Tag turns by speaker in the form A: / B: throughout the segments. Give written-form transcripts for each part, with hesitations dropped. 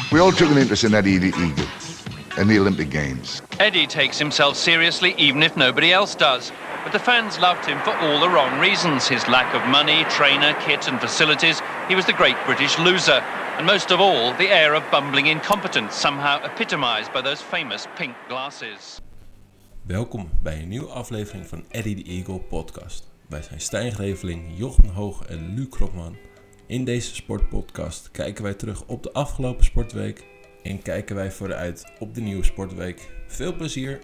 A: We all took an interest in Eddie the Eagle and the Olympic Games.
B: Eddie takes himself seriously even if nobody else does. But the fans loved him for all the wrong reasons. His lack of money, trainer, kit and facilities. He was the great British loser. And most of all, the air of bumbling incompetence, somehow epitomized by those famous pink glasses.
C: Welkom bij een nieuwe aflevering van Eddie the Eagle podcast. Wij zijn Stijn Greveling, Jochen Hoog en Luc Kropman. In deze sportpodcast kijken wij terug op de afgelopen sportweek en kijken wij vooruit op de nieuwe sportweek. Veel plezier!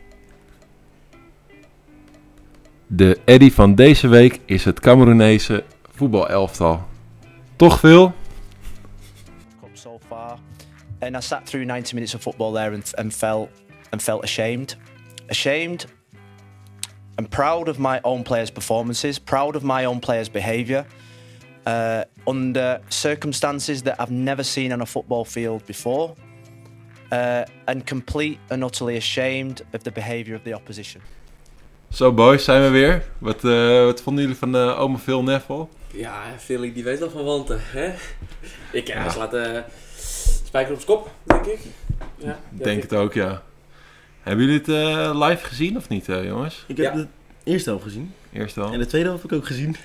C: De Eddie van deze week is het Cameroenese voetbalelftal. Toch veel?
D: So far, and I sat through 90 minutes of football there and felt ashamed and proud of my own players' performances, proud of my own players' behaviour under circumstances that I've never seen on a football field before, and complete and utterly ashamed of the behaviour of the opposition.
C: Zo boys, zijn we weer. Wat vonden jullie van oma Phil Neville?
E: Ja, Philly die weet wel van wanten, hè? Ze laten spijker op zijn kop, denk ik. Ja,
C: denk het ook, ja. Hebben jullie het live gezien of niet, jongens?
F: Ik heb de eerste helft gezien.
C: Eerste helft.
F: En de tweede helft heb ik ook gezien.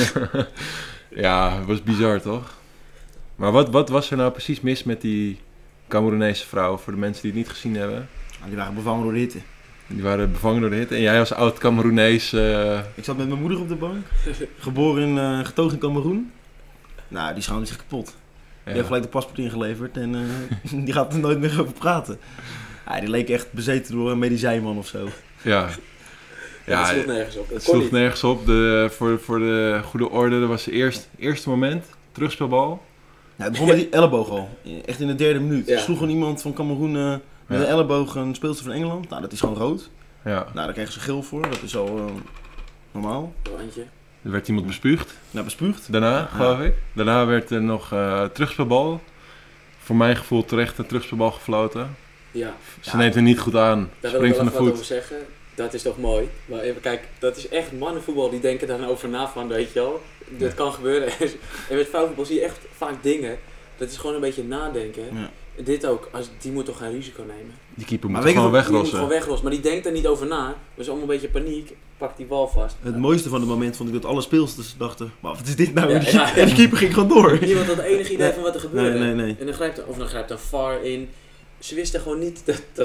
C: Ja, het was bizar, toch? Maar wat was er nou precies mis met die Cameroenese vrouw, voor de mensen die het niet gezien hebben?
F: Nou, die waren bevangen door de hitte.
C: Die waren bevangen door de hitte. En jij als oud Cameroenees...
F: Ik zat met mijn moeder op de bank. Geboren getogen in Cameroen. Nou, die schaamde zich kapot. Die heeft gelijk de paspoort ingeleverd en die gaat er nooit meer over praten. Ja, die leek echt bezeten door een medicijnman of zo.
C: Ja.
E: Het sloeg nergens op.
C: Het sloeg nergens op. Voor de goede orde, dat was het eerste moment. Terugspeelbal.
F: Ja, het begon met die elleboog al. Echt in de derde minuut.
E: Ja.
F: Er sloeg gewoon iemand van Cameroen met een elleboog een speelster van Engeland. Nou, dat is gewoon rood.
C: Ja.
F: Nou, daar kregen ze geel voor. Dat is al normaal.
E: Randje.
C: Er werd iemand bespuugd.
F: Nou, bespuugd.
C: Daarna, geloof ik. Daarna werd er nog terugspeelbal. Voor mijn gevoel terecht een terugspeelbal gefloten.
E: Ja.
C: Ze neemt er niet goed aan.
E: Daar
C: Springt van de
E: wil ik wel wat
C: voet.
E: over zeggen. Dat is toch mooi. Maar even, kijk, dat is echt mannenvoetbal. Die denken daar over na van, weet je wel. Dat kan gebeuren. En met vrouwenvoetbal zie je echt vaak dingen. Dat is gewoon een beetje nadenken.
F: Ja.
E: Dit ook. Die moet toch geen risico nemen.
C: Die keeper
F: Maar
C: moet gewoon
E: Die moet
C: wegrossen.
E: gewoon wegrossen. Maar die denkt er niet over na. Dus allemaal een beetje paniek. Pakt die bal vast.
F: Het mooiste van het moment vond ik dat alle speelsters dachten, maar wat is dit nou?
E: Ja.
F: En de keeper ging gewoon door.
E: Niemand had het enige idee van wat er gebeurde.
F: Nee.
E: En dan grijpt een VAR in. Ze wisten gewoon niet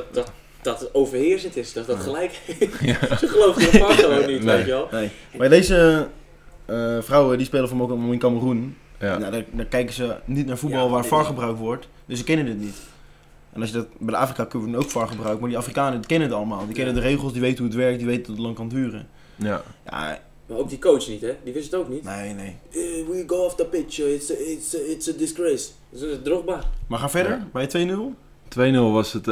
E: dat het overheersend is. Dat gelijk Ze geloofden de VAR gewoon niet, weet je wel.
F: Nee. Maar deze vrouwen die spelen voor me in Cameroen.
C: Ja.
F: Nou, daar kijken ze niet naar voetbal waar VAR gebruikt wordt. Dus ze kennen het niet. En als je dat bij de Afrika Cup ook VAR gebruikt, maar die Afrikanen kennen het allemaal. Die kennen de regels, die weten hoe het werkt, die weten dat het lang kan duren.
C: Ja.
F: Ja.
E: Maar ook die coach niet, hè? Die wist het ook niet.
F: Nee.
E: We go off the pitch, it's a disgrace. Dat is Drogba.
F: Maar ga verder, bij 2-0.
C: 2-0 was het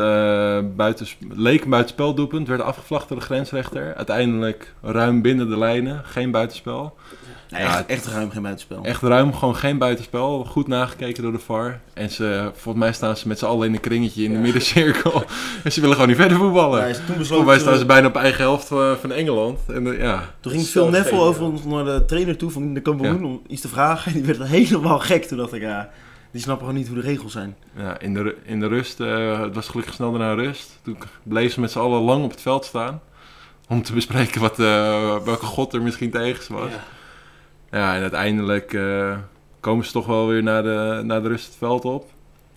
C: leek een buitenspeldoelpunt, werd afgevlacht door de grensrechter. Uiteindelijk ruim binnen de lijnen, geen buitenspel.
F: Nee,
C: Ja,
F: echt ruim geen buitenspel.
C: Echt ruim, gewoon geen buitenspel. Goed nagekeken door de VAR. En volgens mij staan ze met z'n allen in een kringetje in de middencirkel. En ze willen gewoon niet verder voetballen.
F: Ja, toen
C: Volgens mij staan ze bijna op eigen helft van Engeland. En,
F: Toen ging Phil Neville over naar de trainer toe van de Cameroen om iets te vragen. En die werd helemaal gek. Toen dacht ik, die snappen gewoon niet hoe de regels zijn.
C: Ja, in de rust, het was gelukkig snel daarna rust. Toen bleven ze met z'n allen lang op het veld staan. Om te bespreken welke god er misschien tegen was. Ja, en uiteindelijk komen ze toch wel weer naar de rust het veld op.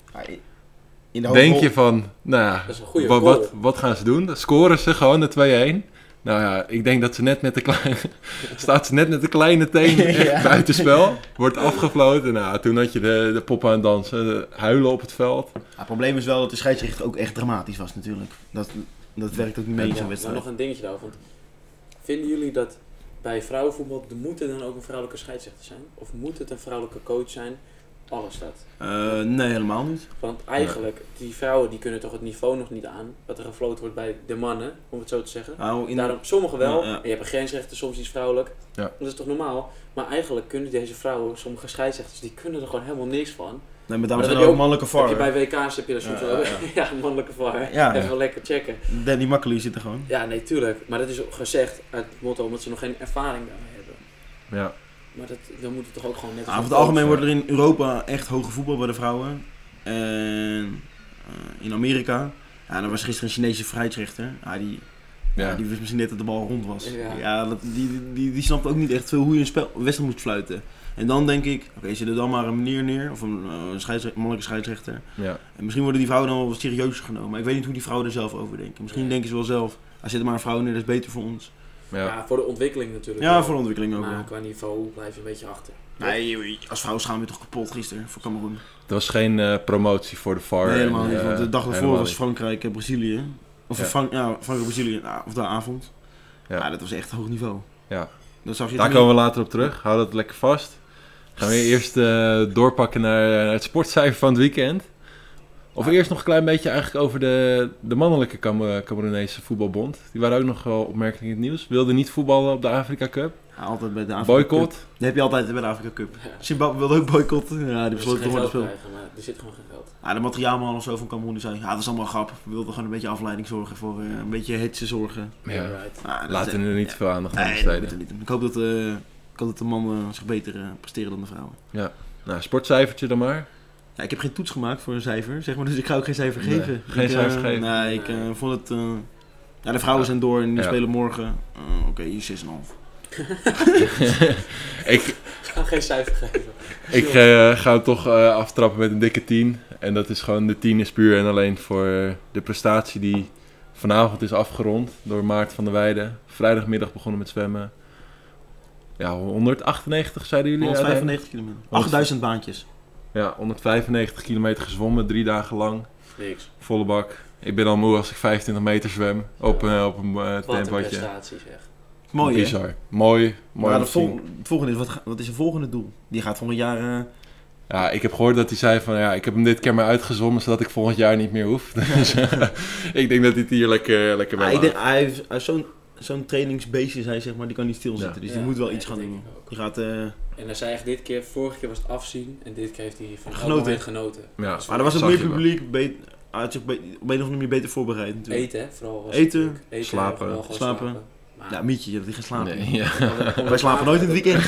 C: Denk je van, nou ja,
E: Dat is een goede
C: wat gaan ze doen? Dan scoren ze gewoon de 2-1. Nou ja, ik denk dat ze net met de kleine teen echt buitenspel. Wordt afgefloten. Nou, toen had je de pop aan het dansen, huilen op het veld.
F: Het probleem is wel dat de scheidsrechter ook echt dramatisch was natuurlijk. Dat werkt ook niet mee in zo'n
E: Maar
F: wedstrijd.
E: nog een dingetje daarover. Want vinden jullie dat bij vrouwenvoetbal moet er dan ook een vrouwelijke scheidsrechter zijn? Of moet het een vrouwelijke coach zijn? Alles dat.
F: Nee, helemaal niet.
E: Want eigenlijk, die vrouwen die kunnen toch het niveau nog niet aan. Wat er gefloten wordt bij de mannen, om het zo te zeggen.
F: Nou,
E: Daarom, sommigen wel.
F: Ja.
E: En je hebt een grensrechter, soms iets vrouwelijk.
C: Ja.
E: Dat is toch normaal? Maar eigenlijk kunnen deze vrouwen, sommige scheidsrechters, die kunnen er gewoon helemaal niks van.
F: Nee, maar daarom
E: Maar
F: zijn
E: dat
F: er ook
E: heb je
F: mannelijke VAR.
E: Heb je bij WK's heb je dat soms wel. Ja, mannelijke VAR.
F: Ja.
E: Even lekker checken.
F: Danny Makkely zit er gewoon.
E: Ja, nee, tuurlijk. Maar dat is ook gezegd uit het motto omdat ze nog geen ervaring daarmee hebben.
C: Ja.
E: Maar dan moet het toch ook gewoon net als
F: Over
E: een
F: het algemeen
E: coach,
F: wordt er in Europa echt hoge voetbal bij de vrouwen. En in Amerika, daar was gisteren een Chinese scheidsrechter. Die wist misschien net dat de bal rond was. Die snapte ook niet echt veel hoe je een wedstrijd moet fluiten. En dan denk ik, oké, zet er dan maar een meneer neer, of een mannelijke scheidsrechter.
C: Ja.
F: En misschien worden die vrouwen dan wel wat serieuzer genomen. Maar ik weet niet hoe die vrouwen er zelf over denken. Misschien denken ze wel zelf, zet er maar een vrouw neer, dat is beter voor ons.
E: Ja, voor de ontwikkeling natuurlijk.
F: Ja, voor de ontwikkeling ook
E: maar
F: wel.
E: Qua niveau blijf je een beetje achter.
F: Nee, als vrouw schaam je toch kapot gisteren voor Cameroen.
C: Er was geen promotie voor de VAR.
F: Nee, helemaal niet. Want de dag ervoor was
C: niet.
F: Frankrijk-Brazilië. Of Frankrijk-Brazilië, of de avond.
C: Ja.
F: Dat was echt hoog niveau.
C: Ja.
F: Dat zag je
C: Daar komen we later op terug. Hou dat lekker vast. Gaan we eerst doorpakken naar het sportcijfer van het weekend. Of eerst nog een klein beetje eigenlijk over de mannelijke Cameroenese voetbalbond. Die waren ook nog wel opmerkelijk in het nieuws. Wilden niet voetballen op de Afrika Cup.
F: Ja, altijd bij de Afrika
C: Boycott.
F: Cup. Dat heb je altijd bij de Afrika Cup. Ja. Zimbabwe wilde ook boycotten. Ja, die besloten toch wel speel.
E: Maar er zit gewoon geen geld.
F: Ja, de materiaalman of zo van Cameroen die zei, dat is allemaal grap. We wilden gewoon een beetje afleiding zorgen voor een beetje hetsen zorgen.
C: Ja.
E: Right.
C: Laten we er niet veel aandacht aan besteden.
F: Niet. Ik hoop dat de mannen zich beter presteren dan de vrouwen.
C: Ja. Nou, sportcijfertje dan maar.
F: Ja, ik heb geen toets gemaakt voor een cijfer, zeg maar, dus ik ga ook geen cijfer geven.
C: Geen cijfer geven?
F: Nee, ik vond het... de vrouwen zijn door en die spelen morgen. Oké, hier 6,5.
E: Ik ga geen cijfer geven.
C: Ik ga hem toch aftrappen met een dikke 10. En dat is gewoon, de 10 is puur en alleen voor de prestatie die vanavond is afgerond door Maarten van der Weijden. Vrijdagmiddag begonnen met zwemmen. Ja, 198 zeiden jullie?
F: 195 kilometer. 8000 baantjes.
C: Ja, 195 kilometer gezwommen, 3 dagen lang.
E: Niks.
C: Volle bak. Ik ben al moe als ik 25 meter zwem op een
E: Wat een
C: tempotje.
E: prestatie zeg.
F: Mooi, hè?
C: Bizar. Mooi.
F: Maar het volgende is, wat is het volgende doel? Die gaat volgend jaar...
C: Ja, ik heb gehoord dat hij zei van, ik heb hem dit keer maar uitgezwommen zodat ik volgend jaar niet meer hoef. Dus ik denk dat hij het hier lekker bij
F: ik denk, hij heeft zo'n trainingsbeestje, zeg maar, die kan niet stilzitten. Dus die moet wel iets gaan doen. Die gaat...
E: En hij zei echt vorige keer was het afzien en dit keer heeft hij van genoten.
C: Ja.
F: Maar er was ook meer publiek, hij had zich op een of andere manier beter voorbereid natuurlijk.
E: Eten, hè? Vooral was
F: eten,
C: slapen.
F: Ja, Mietje, dat hij gaat slapen.
C: Nee, ja.
F: Wij slapen nooit in het weekend.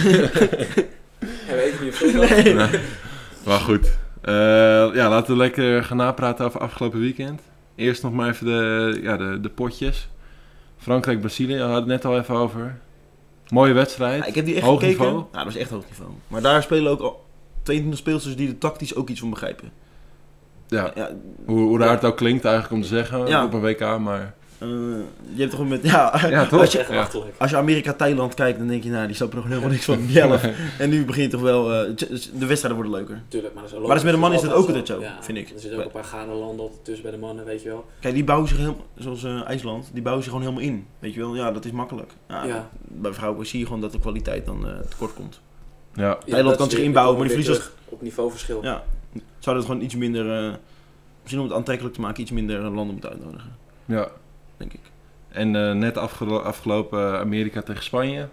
E: Hij weet niet of zondag.
C: Nee. Maar goed. Laten we lekker gaan napraten over afgelopen weekend. Eerst nog maar even de potjes. Frankrijk-Brazilië, we hadden het net al even over. Mooie wedstrijd.
F: Ja, ik heb die echt
C: hoog
F: gekeken.
C: niveau.
F: Ja, dat was echt hoog niveau. Maar daar spelen ook al 22 speelsters die er tactisch ook iets van begrijpen.
C: Ja, hoe raar het ook klinkt eigenlijk om te zeggen op een WK, maar...
F: Je hebt toch met... Ja,
C: toch?
F: Als je Amerika-Thailand kijkt, dan denk je, die snappen er nog helemaal niks van. Zelf. En nu begint toch wel... de wedstrijden worden leuker.
E: Tuurlijk, maar
F: dat is met de mannen is dat ook altijd zo, vind ik.
E: Er zitten ook een paar gaande landen tussen bij de mannen, weet je wel.
F: Kijk, die bouwen zich helemaal... Zoals IJsland, die bouwen zich gewoon helemaal in. Weet je wel, dat is makkelijk. Bij vrouwen zie je gewoon dat de kwaliteit dan tekort komt.
C: Ja.
F: Thailand kan zich inbouwen, maar die verliezen...
E: Op niveauverschil.
F: Ja, zouden het gewoon iets minder... misschien om het aantrekkelijk te maken, iets minder landen moeten uitnodigen.
C: Ja.
F: Denk ik.
C: En net afgelopen Amerika tegen Spanje.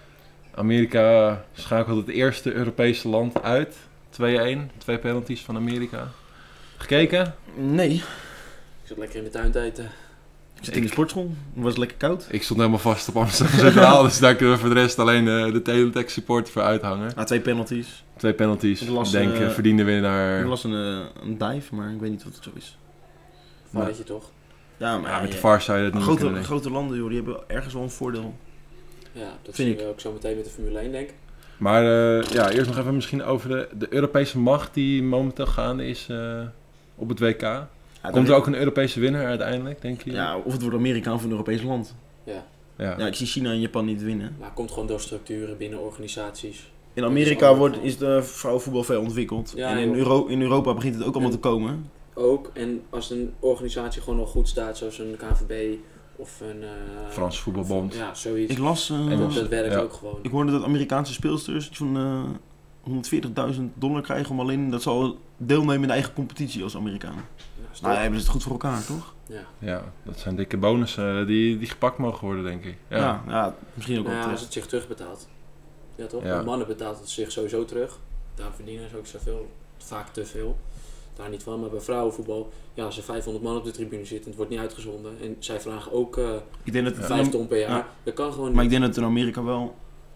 C: Amerika schakelde het eerste Europese land uit. 2-1. 2 penalties van Amerika. Gekeken?
F: Nee.
E: Ik zat lekker in de tuin te eten.
F: Ik zit in de sportschool. Het was lekker koud.
C: Ik stond helemaal vast op Amsterdam Centraal. Dus daar kunnen we voor de rest alleen de Teletext support voor uithangen.
F: 2 penalties.
C: 2 penalties. Ik denk verdiende winnaar.
F: Ik las een dive, maar ik weet niet of het zo is.
E: Varretje toch?
F: Ja, maar
C: met de VAR zou je dat niet kunnen.
F: Grote landen, joh, die hebben ergens wel een voordeel.
E: Ja, dat zien we ook zo meteen met de Formule 1, denk ik.
C: Maar eerst nog even misschien over de Europese macht die momenteel gaande is op het WK. Ja, komt er ook een Europese winnaar uiteindelijk, denk je?
F: Ja, of het wordt Amerika of een Europees land.
E: Ja,
F: ik zie China en Japan niet winnen.
E: Maar het komt gewoon door structuren binnen organisaties.
F: In Amerika is de vrouwenvoetbal veel ontwikkeld.
E: Ja,
F: en in Europa begint het ook allemaal te komen.
E: Ook, en als een organisatie gewoon nog goed staat, zoals een KNVB of een...
C: Franse voetbalbond.
E: Ja, zoiets.
F: Ik las...
E: dat werkt ook gewoon.
F: Ik hoorde dat Amerikaanse speelsters van $140.000 krijgen om alleen... Dat ze al deelnemen in de eigen competitie als Amerikaan. Nou, hebben ze het goed voor elkaar, toch?
C: Ja, dat zijn dikke bonussen die gepakt mogen worden, denk ik.
F: Ja, misschien ook wel
E: als het zich terugbetaalt. Ja, toch?
C: Ja.
E: De mannen betaalt het zich sowieso terug. Daar verdienen ze ook zoveel, vaak te veel. Daar niet van, maar bij vrouwenvoetbal, als er 500 man op de tribune zitten en het wordt niet uitgezonden. En zij vragen ook 5 ton per jaar.
F: Ja.
E: Dat kan gewoon niet.
F: Maar ik denk dat het in Amerika wel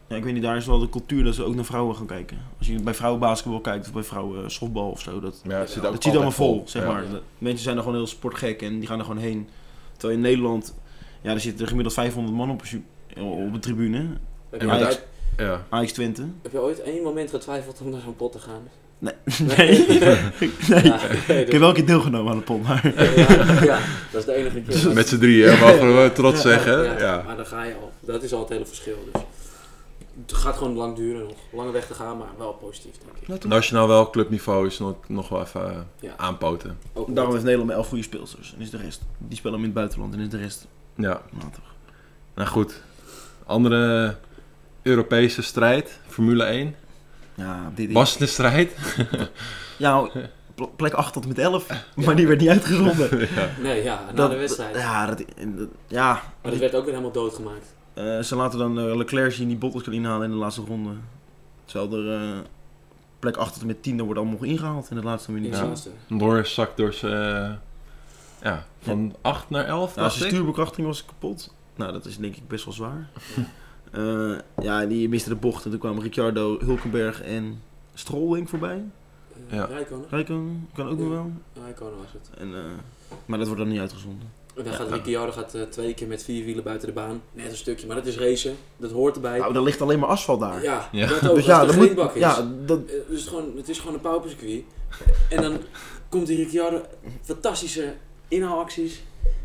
F: Ja, ik weet niet, daar is wel de cultuur dat ze ook naar vrouwen gaan kijken. Als je bij vrouwen basketbal kijkt of bij vrouwen softbal of zo, dat
C: Ja, het zit ook
F: zit allemaal
C: altijd
F: vol, zeg
C: Ja.
F: maar. De mensen zijn er gewoon heel sportgek en die gaan er gewoon heen. Terwijl in Nederland, ja, er zitten gemiddeld 500 man op de tribune.
E: Heb
C: En
E: je,
C: met
F: Ajax,
E: ooit,
C: Ja.
F: Ajax Twente.
E: heb je ooit één moment getwijfeld om naar zo'n pot te gaan?
F: Nee. Nee.
E: Ja,
F: Ik heb wel een keer deelgenomen aan de pot, maar...
E: ja, dat is de enige keer.
C: Met z'n drieën, mogen we trots
F: Ja.
C: zeggen.
E: Ja,
C: Ja.
E: maar dan ga je al. Dat is al het hele verschil. Dus. Het gaat gewoon lang duren, nog lange weg te gaan, maar wel positief, denk ik.
C: Nationaal wel, clubniveau is nog wel even
E: Ja.
C: aanpoten.
E: Ook
F: Daarom heeft Nederland maar 11 goede speelsters. En is de rest, die spelen hem in het buitenland en is de rest
C: Ja,
F: matig.
C: nou goed. Andere Europese strijd, Formule 1.
F: Ja, dit is...
C: Was het een strijd?
F: Ja, plek 8 tot en met 11, maar die werd niet uitgezonden.
E: Nee, ja, na de wedstrijd.
F: Ja,
E: Maar dat werd ook weer helemaal doodgemaakt.
F: ze laten dan Leclerc zien die Bottas kan inhalen in de laatste ronde. Terwijl er plek 8 tot en met 10 wordt allemaal nog ingehaald in de laatste minuut.
E: In de
C: Ja.
E: laatste.
C: Door zak door zijn... van 8 naar 11,
F: Ja,
C: dacht
F: zijn
C: ik.
F: stuurbekrachting was kapot. Nou, dat is denk ik best wel zwaar. Ja, die miste de bocht en toen kwamen Ricciardo, Hulkenberg en Stroll denk ik voorbij.
C: Ja.
E: Rijkonen?
F: Rijkonen kan ook nog wel.
E: Rijkonen was het.
F: En, maar dat wordt dan niet uitgezonden.
E: En dan gaat Ricciardo 2 keer met 4 wielen buiten de baan. Net een stukje, maar dat is racen. Dat hoort erbij.
F: Nou, er ligt alleen maar asfalt daar.
E: Ja,
C: Ja.
E: dat ook.
F: Dus ja,
E: als
F: dat
E: er geen bak
F: moet...
E: is.
F: Ja, dat...
E: Dus het is gewoon een paupercircuit. En dan komt die Ricciardo, fantastische inhaalacties.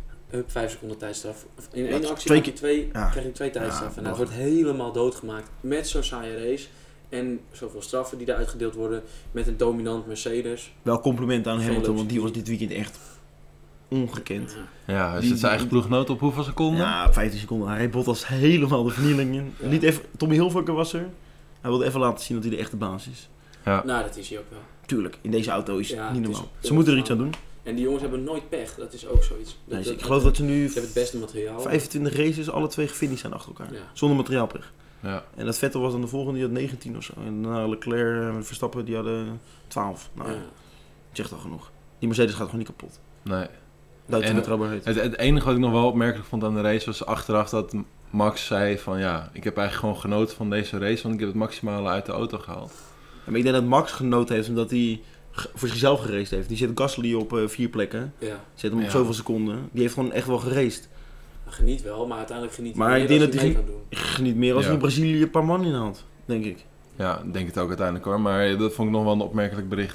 E: 5 seconden tijdstraf. In één actie
F: twee
E: krijg je 2 tijdstraffen. En dat wordt helemaal doodgemaakt met zo'n saaie race. En zoveel straffen die daar uitgedeeld worden met een dominant Mercedes.
F: Wel compliment aan
E: Geen
F: Hamilton,
E: leuk
F: want die was
E: circuit.
F: dit weekend echt ongekend.
C: Ja, hij
F: Die-
C: zet zijn eigen ploeggenoot op hoeveel seconden?
F: Ja, op 15 seconden. Hij reed Bottas helemaal de vernieling in.
E: Ja.
F: Niet even, Tommy Hilfiger was er. Hij wilde even laten zien dat hij de echte baas is.
C: Ja.
E: Nou, dat is hij ook wel.
F: Tuurlijk, in deze auto is het
E: Ja,
F: niet
E: het is
F: normaal.
E: heel
F: Ze moeten er iets aan doen.
E: En die jongens hebben nooit pech. Dat is ook zoiets.
F: Nee, ik geloof dat ze nu
E: Ze hebben het beste materiaal.
F: 25 races alle twee gefinished zijn achter elkaar.
E: Ja.
F: Zonder materiaalpech.
C: Ja.
F: En dat Vettel was dan de volgende, die had 19 of zo. En daarna Leclerc en Verstappen, die hadden 12. Nou,
E: Ja.
F: dat zegt al genoeg. Die Mercedes gaat gewoon niet kapot.
C: Nee.
F: Buiten
C: En-
F: betrouwbaarheid.
C: Het enige wat ik nog wel opmerkelijk vond aan de race was achteraf dat Max zei van ja, ik heb eigenlijk gewoon genoten van deze race, want ik heb het maximale uit de auto gehaald.
F: Maar ik denk dat Max genoten heeft omdat hij voor zichzelf geraced heeft. Die zit Gasly op 4 plekken.
E: Ja.
F: Zet hem op
C: Ja.
F: zoveel seconden. Die heeft gewoon echt wel geraced.
E: Geniet wel, maar uiteindelijk geniet hij
F: Maar
E: meer
F: ik denk
E: als
F: dat
E: hij
F: hij-
E: mee kan doen.
F: Ik geniet meer als
C: Ja.
F: hij in Brazilië een paar man inhaalt. Denk ik.
C: Ja, ik denk het ook uiteindelijk hoor, maar dat vond ik nog wel een opmerkelijk bericht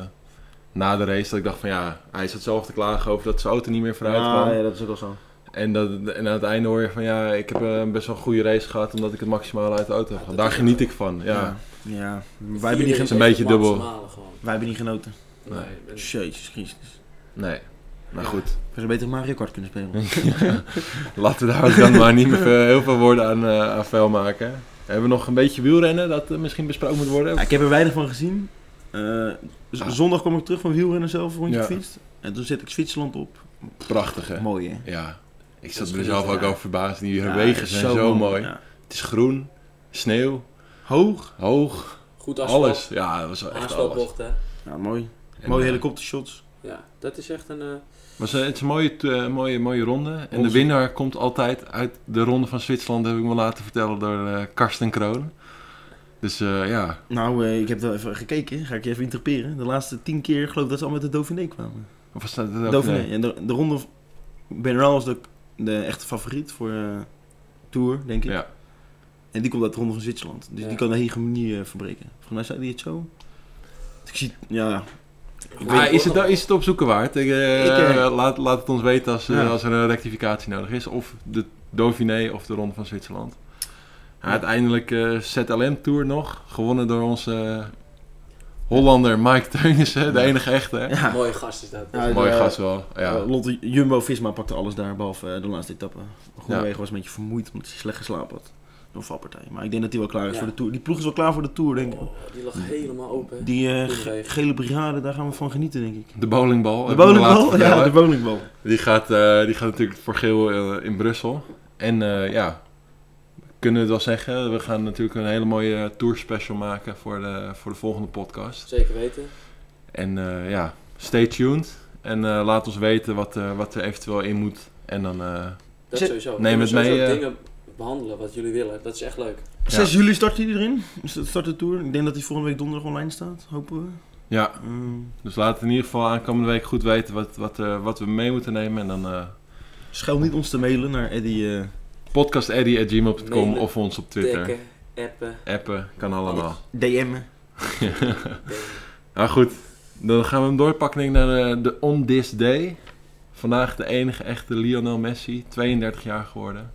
C: na de race, dat ik dacht van ja, hij zat zelf te klagen over dat zijn auto niet meer vooruit kwam.
F: Ja, dat is ook wel zo.
C: En aan het einde hoor je van ja, ik heb best wel een goede race gehad omdat ik het maximale uit de auto heb gehad. Daar geniet ik van, ja.
F: Ja. Wij
E: Vier
F: hebben niet,
E: races
C: een beetje
E: echt
C: dubbel.
E: maximale gewoon.
F: wij hebben niet genoten.
E: Nee. en-
F: Jezus Christus.
C: Nee, maar
E: Ja.
C: goed.
F: We zouden beter Mario Kart kunnen spelen.
C: Laten we daar ook dan maar niet meer heel veel woorden aan vuil maken. Hebben we nog een beetje wielrennen dat misschien besproken moet worden?
F: Ja, ik heb er weinig van gezien. Zondag kwam ik terug van wielrennen zelf, een rondje
C: Ja.
F: gefietst. En toen zet ik Zwitserland op.
C: Prachtig hè?
F: Mooi hè?
C: Ja, ik
E: Dat
C: zat
E: is
C: er zelf ook
E: genieten,
C: over verbaasd. Die
F: Ja,
C: wegen zijn zo mooi.
F: Ja.
C: Het is groen, sneeuw,
F: Hoog.
C: hoog,
E: Goed asfalt,
C: alles. Ja, dat was wel echt alles.
E: aanspeelbochten.
F: Ja, mooi.
C: En,
F: Mooie helikoptershots.
E: Ja, dat is echt een...
C: het is een mooie ronde. En de
F: Ronde.
C: winnaar komt altijd uit de ronde van Zwitserland, heb ik me laten vertellen door Karsten Kroon. Dus ja,
F: Nou, ik heb wel even gekeken. Ga ik je even interperen. De laatste 10 keer geloof ik dat ze al met de Dauphiné kwamen.
C: of was dat ook?
F: Dauphiné.
C: Nee.
F: En de ronde... Benral was de echte favoriet voor Tour, denk ik.
C: Ja.
F: En die komt uit de ronde van Zwitserland. Dus
E: Ja.
F: die kan de hegemonie verbreken. Volgens mij zei hij het zo. Ik zie... Ja...
C: Maar is het opzoeken waard? Laat het ons weten
F: Ja.
C: als er een rectificatie nodig is. Of de Dauphiné of de Ronde van Zwitserland. Ja, uiteindelijk ZLM Tour nog. Gewonnen door onze Hollander Mike Teunissen. De enige echte. Hè?
F: Ja.
E: Mooie gast is dat.
F: Ja,
C: Mooi
F: de-
C: gast wel. Ja.
F: Lotte Jumbo-Visma pakte alles daar, behalve de laatste etappe. Groenewegen
C: Ja.
F: was een beetje vermoeid omdat hij slecht geslapen had. Door een valpartij. Maar ik denk dat hij wel klaar is
E: Ja.
F: voor de Tour. Die ploeg is wel klaar voor de Tour, denk ik.
E: Oh, die lag helemaal open.
F: Die
E: Groenewegen.
F: gele brigade, daar gaan we van genieten, denk ik.
C: De bowlingbal.
F: De
C: heb ik me laten
F: bowlingbal? Ja,
C: vertellen.
F: de bowlingbal.
C: Die gaat natuurlijk voor geel in Brussel. En ja, we kunnen het wel zeggen. We gaan natuurlijk een hele mooie tour special maken voor de volgende podcast.
E: Zeker weten.
C: En ja, stay tuned. En laat ons weten wat er eventueel in moet. En dan
E: Dat
F: Zet-
E: sowieso.
C: neem
E: We
C: het
E: kunnen
C: mee,
E: sowieso dingen behandelen wat jullie willen. Dat is echt leuk.
F: 6 juli start hij erin. Start de Tour. Ik denk dat hij volgende week donderdag online staat, hopen we.
C: Ja, dus laten we in ieder geval aankomende week goed weten wat we mee moeten nemen. En dan
F: Schel niet ons te mailen naar Eddie.
C: podcasteddie@gmail.com
E: Mailen,
C: of ons op Twitter.
E: Taggen,
C: Appen, kan allemaal.
F: DM'en.
C: Nou goed, dan gaan we hem doorpakken denk ik, naar de On This Day. Vandaag de enige echte Lionel Messi, 32 jaar geworden.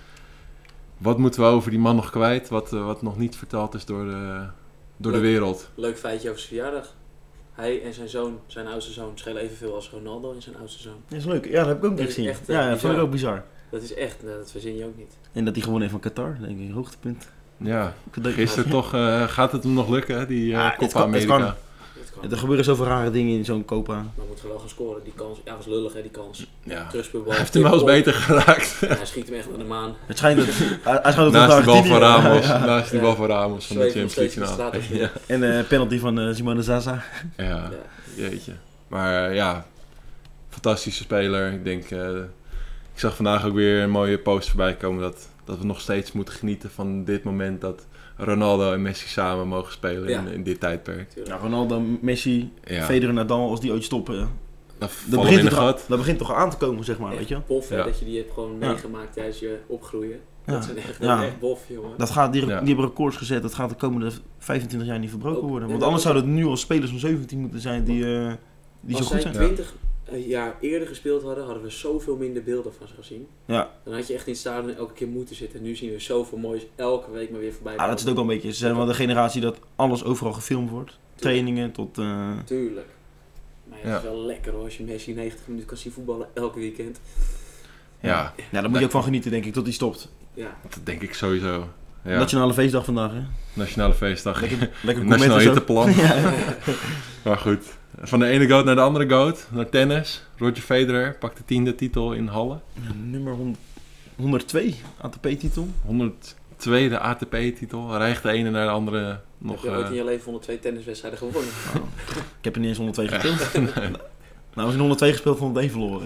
C: Wat moeten we over die man nog kwijt, wat nog niet verteld is door de wereld?
E: Leuk feitje over zijn verjaardag. Hij en zijn oudste zoon, schelen evenveel als Ronaldo en zijn oudste zoon.
F: Dat is leuk. Ja, dat heb ik ook
E: Dat
F: niet
E: is
F: gezien.
E: echt,
F: Ja, dat vond
E: bizar.
F: ik ook bizar.
E: Dat is echt, dat verzin je ook niet.
F: En dat hij gewonnen heeft van Qatar, denk ik, hoogtepunt.
C: Ja,
F: Ik denk-
C: gisteren toch gaat het hem nog lukken, die
F: Ja, het
C: Copa
F: kan- het
C: America.
F: kan.
E: Dat kan.
F: Er gebeuren zoveel rare dingen in zo'n Copa.
E: Maar moeten we wel gaan scoren. Die kans, ja, was lullig hè, die kans.
C: Ja.
E: Terugspeelbal.
C: Hij heeft hem wel eens beter geraakt.
E: Hij schiet hem echt naar de maan.
F: Het schijnt dat hij schijnt
C: Naast die bal van Ramos,
F: Ja.
C: naast die
E: Ja.
C: bal van Ramos van de
E: Zweeft nog
C: Champions
E: steeds in de
C: League
E: straat of
C: finale.
E: zo.
C: Ja.
F: En penalty van Simone Zaza.
C: Ja,
E: Ja.
C: jeetje. Maar ja, fantastische speler. Ik denk, ik zag vandaag ook weer een mooie post voorbij komen dat we nog steeds moeten genieten van dit moment dat Ronaldo en Messi samen mogen spelen
E: Ja.
C: in dit tijdperk.
E: Tuurlijk.
F: Ja, Ronaldo, Messi,
C: Ja.
F: Federer, Nadal, als die ooit stoppen.
C: Dat
F: Dat
C: vallen in
F: begint,
C: de gat.
F: dat begint toch aan te komen, zeg maar, weet je.
E: Echt bof hè,
C: Ja.
E: dat je die hebt gewoon
F: Ja.
E: meegemaakt tijdens je opgroeien.
F: Ja.
E: Dat zijn echt,
F: Ja.
E: echt bof, jongen.
F: Dat gaat, die
C: Ja.
F: hebben records gezet, dat gaat de komende 25 jaar niet verbroken
E: Ook-
F: worden.
E: en
F: Want
E: dat
F: anders
E: is-
F: zouden het nu al spelers van 17 moeten zijn die zo
E: Als
F: goed
E: zij
F: zijn.
E: 20 jaar eerder gespeeld hadden we zoveel minder beelden van ze gezien.
F: Ja,
E: Dan had je echt in het stadion elke keer moeten zitten. Nu zien we zoveel moois elke week maar weer voorbij.
F: dat is het ook wel een beetje. Ze zijn wel de generatie dat alles overal gefilmd wordt. Trainingen tot...
E: Tuurlijk. Maar ja, het
C: Ja.
E: is wel lekker hoor, als je Messi 90 minuten kan zien voetballen elke weekend.
C: Ja,
F: Ja, daar moet je ook van genieten, denk ik, tot hij stopt.
E: Ja,
C: dat denk ik sowieso. Ja.
F: Nationale feestdag vandaag, hè?
C: Nationale feestdag.
F: Lekker
C: Nationaal
F: commenten zo.
C: hitteplan.
F: Ja.
C: Maar goed, van de ene goat naar de andere goat, naar tennis. Roger Federer pakt de 10e titel in Halle.
F: Nummer 102, ATP-titel.
C: 102e ATP-titel. Hij rijgt de ene naar de andere nog.
E: heb je ooit in je leven 102 tenniswedstrijden gewonnen?
F: Ik heb er niet eens 102 gespeeld. Nou, als ik 102 gespeeld, 101 verloren.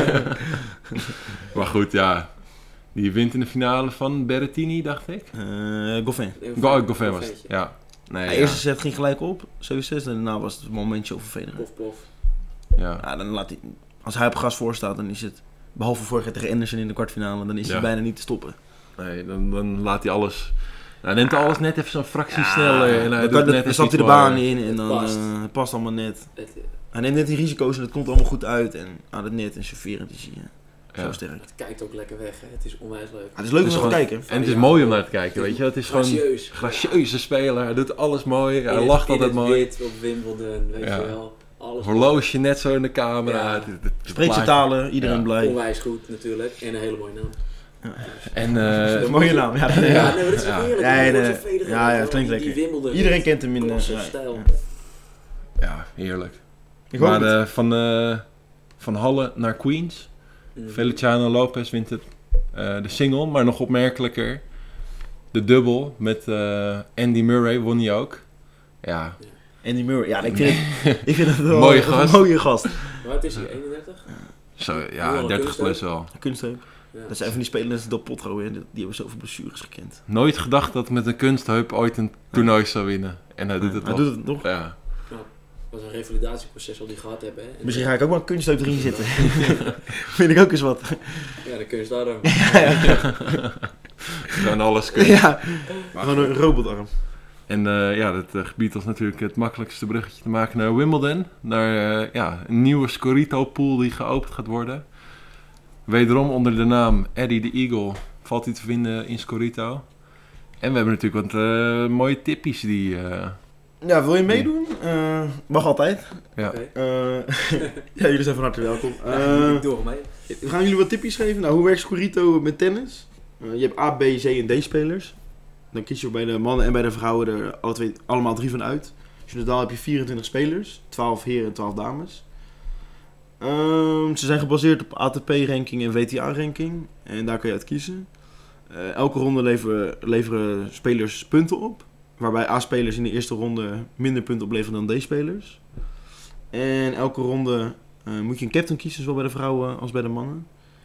C: Maar goed, ja. Die wint in de finale van Berrettini, dacht ik.
F: Goffin.
C: Goffin was het. Ja. Nee,
F: De
C: ja.
F: eerste set ging gelijk op, 7-6. En daarna was het een momentje over Federer.
E: Plof, plof.
C: Ja.
F: Ja, dan laat hij, als hij op gas voor staat, dan is het... Behalve vorig jaar tegen Anderson in de kwartfinale, dan is hij
C: Ja.
F: bijna niet te stoppen.
C: Nee, dan laat hij alles... Hij neemt alles net even zo'n fractie sneller. En hij
F: dan
C: doet net
F: dan
C: even
F: stapt hij de
C: iets
F: baan
C: mooier.
F: in en
E: Het
F: dan
E: past.
F: het past allemaal net.
E: Het,
F: Hij neemt net die risico's en het komt allemaal goed uit. En aan het net en serverend is hij
C: Ja.
F: zo sterk.
E: het kijkt ook lekker weg, hè. Het is onwijs leuk.
F: Het is leuk om
C: Het is
F: naar te
C: gewoon-
F: kijken.
C: En het is mooi om naar te kijken, weet je. Het is gewoon een
E: Gracieus.
C: gracieuze speler. Hij doet alles mooi. Hij
E: In
C: lacht
E: het- in
C: altijd
E: het
C: mooi.
E: wit op Wimbledon, weet
C: Ja.
E: je wel. Alles
C: Horloge net zo in de camera.
E: Ja.
C: Het
F: Spreekt zijn
C: plaatje.
F: talen, iedereen
C: Ja.
F: blij.
E: onwijs goed natuurlijk. En een hele mooie naam.
C: En
F: Een mooie naam, ja.
E: Ja, nee, maar dat is
C: Ja.
E: heerlijk.
F: Ja,
E: Die
F: nee.
E: wordt zo Federer,
F: Ja,
E: weet je
F: het
E: wel.
F: klinkt
E: Die
F: lekker.
E: Wimbledon
F: Iedereen
E: wit,
F: kent hem in
E: klasse
F: ja,
E: stijl.
F: ja.
C: ja, heerlijk.
F: Ik hoop
C: Maar
F: het.
C: van Halle naar Queens.
E: Mhm.
C: Feliciano Lopez wint het, de single, maar nog opmerkelijker. De dubbel met Andy Murray won hij ook. Ja,
F: Andy Murray, ja, ik vind het wel
C: Mooie
F: een
C: gast.
F: mooie gast.
E: Maar het is hij 31?
C: zo,
E: Wel
C: ja
E: een
C: 30
E: kunstwerk.
C: plus wel.
F: Kunstheup.
E: Ja.
F: Dat zijn van die spelers, Del Potro, hè, die hebben zoveel blessures gekend.
C: Nooit gedacht dat met een kunstheup ooit een toernooi zou winnen. En hij doet het
F: Hij
C: nog.
F: doet het nog.
C: Ja.
E: Dat was een revalidatieproces al die gehad hebben. Hè. En
F: Misschien ga ik ook maar een kunstheup erin zitten. Vind ik ook eens wat.
E: Ja, dan kun je daarom.
C: Gewoon alles kunnen.
F: Ja, gewoon een robotarm.
C: En ja, dat gebied was natuurlijk het makkelijkste bruggetje te maken naar Wimbledon. Naar een nieuwe Scorito-pool die geopend gaat worden. Wederom onder de naam Eddie the Eagle valt hij te vinden in Scorito. En we hebben natuurlijk wat mooie tippies die...
F: Ja, wil je meedoen? Mag altijd.
C: ja.
E: Oké.
F: Ja, jullie zijn van harte welkom.
E: Ik doe hem mee.
F: We gaan jullie wat tipjes geven. Nou, hoe werkt Scorito met tennis? Je hebt A, B, C en D spelers. Dan kies je bij de mannen en bij de vrouwen er allemaal 3 van uit. Dus in totaal heb je 24 spelers. 12 heren en 12 dames. Ze zijn gebaseerd op ATP-ranking en WTA-ranking. En daar kun je uit kiezen. Elke ronde leveren spelers punten op. Waarbij A-spelers in de eerste ronde minder punten opleveren dan D-spelers. En elke ronde moet je een captain kiezen, zowel bij de vrouwen als bij de mannen.